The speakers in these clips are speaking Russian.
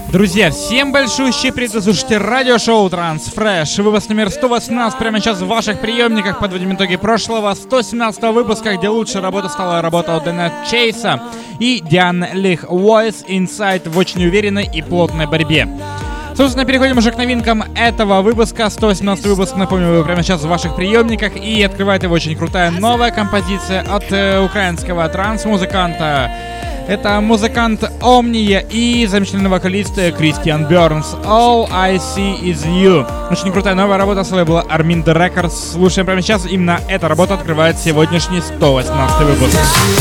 Друзья, всем большущий привет! Вы слушаете радиошоу Transfresh. Выпуск номер 118 прямо сейчас в ваших приемниках. Подводим итоги прошлого 117 выпуска, где лучшая работа стала работа от Дэна Чейса и Дианы Лих Voice Inside в очень уверенной и плотной борьбе. Собственно, переходим уже к новинкам этого выпуска. 118 выпуск, напомню, прямо сейчас в ваших приемниках. И открывает его очень крутая новая композиция от украинского транс-музыканта. Это музыкант Omnia и замечательный вокалист Кристиан Бернс. All I See Is You. Очень крутая новая работа с лейбла Armin Records. Слушаем прямо сейчас. Именно эта работа открывает сегодняшний 118 выпуск.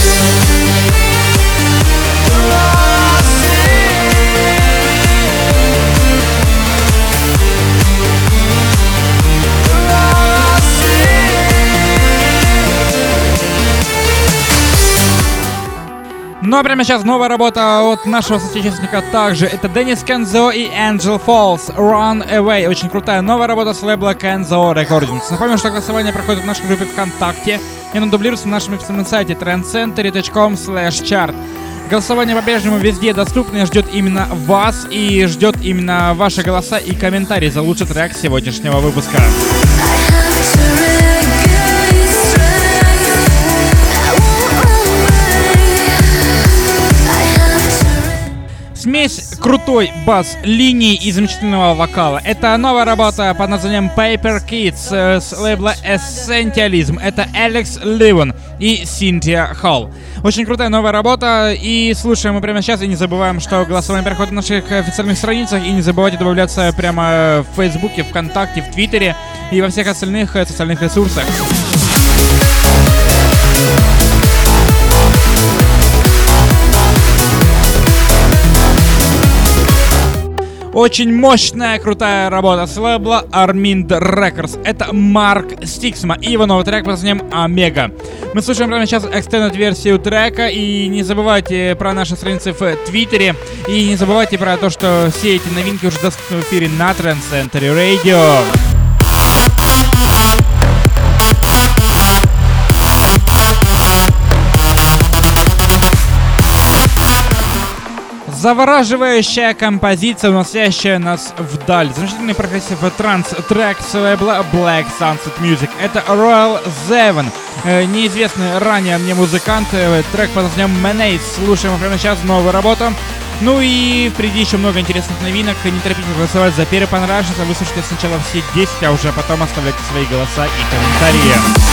Ну а прямо сейчас новая работа от нашего соотечественника также. Это Денис Кензо и Angel Falls Run Away. Очень крутая новая работа с лейбла Kenzo Recordings. Напомню, что голосование проходит в нашей группе ВКонтакте и оно дублируется на нашем официальном сайте trendcentury.com/chart. Голосование по-прежнему везде доступно и ждет именно вас и ждет именно ваши голоса и комментарии за лучший трек сегодняшнего выпуска. Смесь крутой бас-линии и замечательного вокала. Это новая работа под названием Paper Kids с лейбла Essentialism. Это Алекс Ливен и Синтия Холл. Очень крутая новая работа. И слушаем мы прямо сейчас. И не забываем, что голосование проходит на наших официальных страницах. И не забывайте добавляться прямо в Фейсбуке, ВКонтакте, в Твиттере и во всех остальных социальных ресурсах. Очень мощная, крутая работа с лейбла Armin Records. Это Марк Стиксма и его новый трек под названием Омега. Мы слушаем прямо сейчас экстендед-версию трека. И не забывайте про наши страницы в Твиттере. И не забывайте про то, что все эти новинки уже доступны в эфире на Trend Century Radio. Завораживающая композиция, уносящая нас вдаль. Замечательный прогрессив транс-трек с лейбла Black Sunset Music. Это Royal Zeven, неизвестный ранее мне музыкант. Трек под названием Menace. Слушаем прямо сейчас новую работу. Ну и впереди еще много интересных новинок. Не торопитесь голосовать за первый понравившийся. Выслушайте сначала все 10, а уже потом оставляйте свои голоса и комментарии.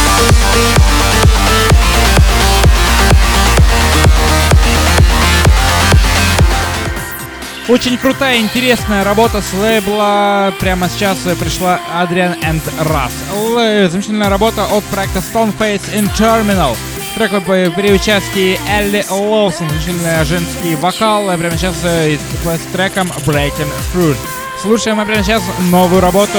Очень крутая, интересная работа с лейбла. Прямо сейчас пришла Adrian and Russ. Замечательная работа от проекта Stoneface Interminal. Трек при участии Элли Лоусон. Замечательный женский вокал. Прямо сейчас с треком Breaking Through. Слушаем прямо сейчас новую работу.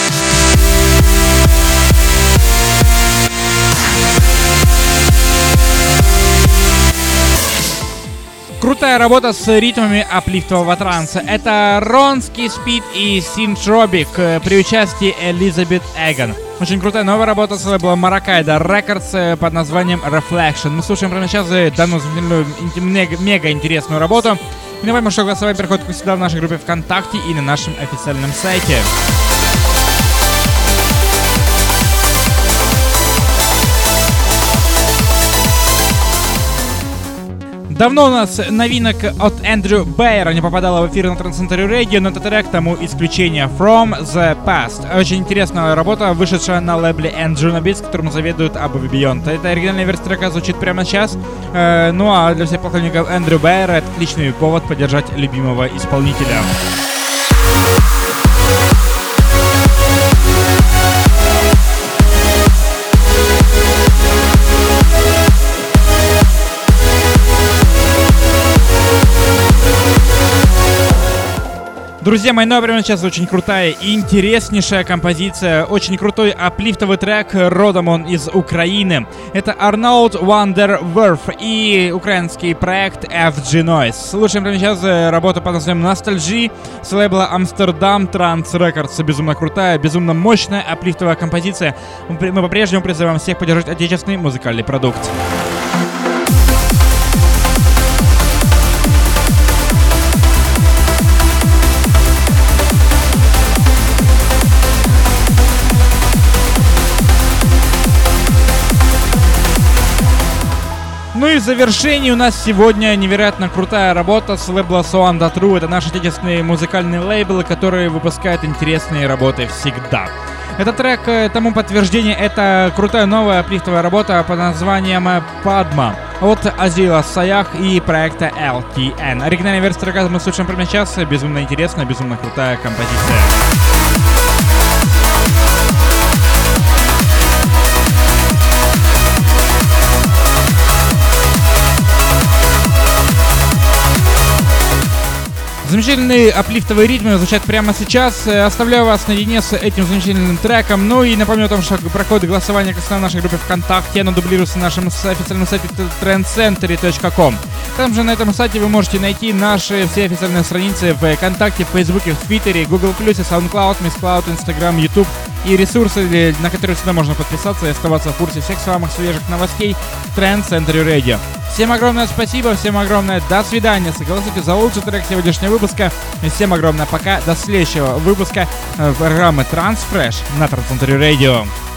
Крутая работа с ритмами аплифтового транса. Это Ронский Спид и Синтробик при участии Элизабет Эгон. Очень крутая новая работа с лейбла Maracaibo Records под названием Reflection. Мы слушаем прямо сейчас данную мега интересную работу. И напомню, что голосование переходит как всегда в нашей группе ВКонтакте и на нашем официальном сайте. Давно у нас новинок от Эндрю Бэйра не попадала в эфир на Trend Century Radio, но этот трек тому исключение. From the Past. Очень интересная работа, вышедшая на лейбле Andrew Beats, которым заведует Above Beyond. Это оригинальная версия трека звучит прямо сейчас. Ну а для всех поклонников Эндрю Бэйра это отличный повод поддержать любимого исполнителя. Друзья мои, ну а прямо сейчас очень крутая и интереснейшая композиция, очень крутой аплифтовый трек, родом он из Украины. Это Arnold Wonderworth и украинский проект FG Noise. Слушаем прямо сейчас работу под названием Nostalgia с лейбла Amsterdam Trance Records. Безумно крутая, безумно мощная аплифтовая композиция. Мы по-прежнему призываем всех поддержать отечественный музыкальный продукт. и в завершении у нас сегодня невероятно крутая работа с лейбла Sound.ru. Это наши отечественные музыкальные лейблы, которые выпускают интересные работы всегда. Этот трек тому подтверждение — это крутая новая аплифтовая работа под названием «Падма» от Азила Саях и проекта LTN. Оригинальная версия трека мы слушаем прямо сейчас. Безумно интересная, безумно крутая композиция. Замечательные аплифтовые ритмы звучат прямо сейчас. Оставляю вас наедине с этим замечательным треком. Ну и напомню о том, что проходит голосование на нашей группе ВКонтакте. Оно дублируется на нашем официальном сайте trendcentury.com. Там же на этом сайте вы можете найти наши все официальные страницы в ВКонтакте, в Фейсбуке, в Твиттере, Google+, SoundCloud, MissCloud, Instagram, YouTube и ресурсы, на которые всегда можно подписаться и оставаться в курсе всех самых свежих новостей Trend Century Radio. Всем огромное спасибо, всем огромное до свидания. Согласуйте за лучший трек сегодняшнего выпуска. Всем огромное пока, до следующего выпуска программы Transfresh на Trend Century Radio.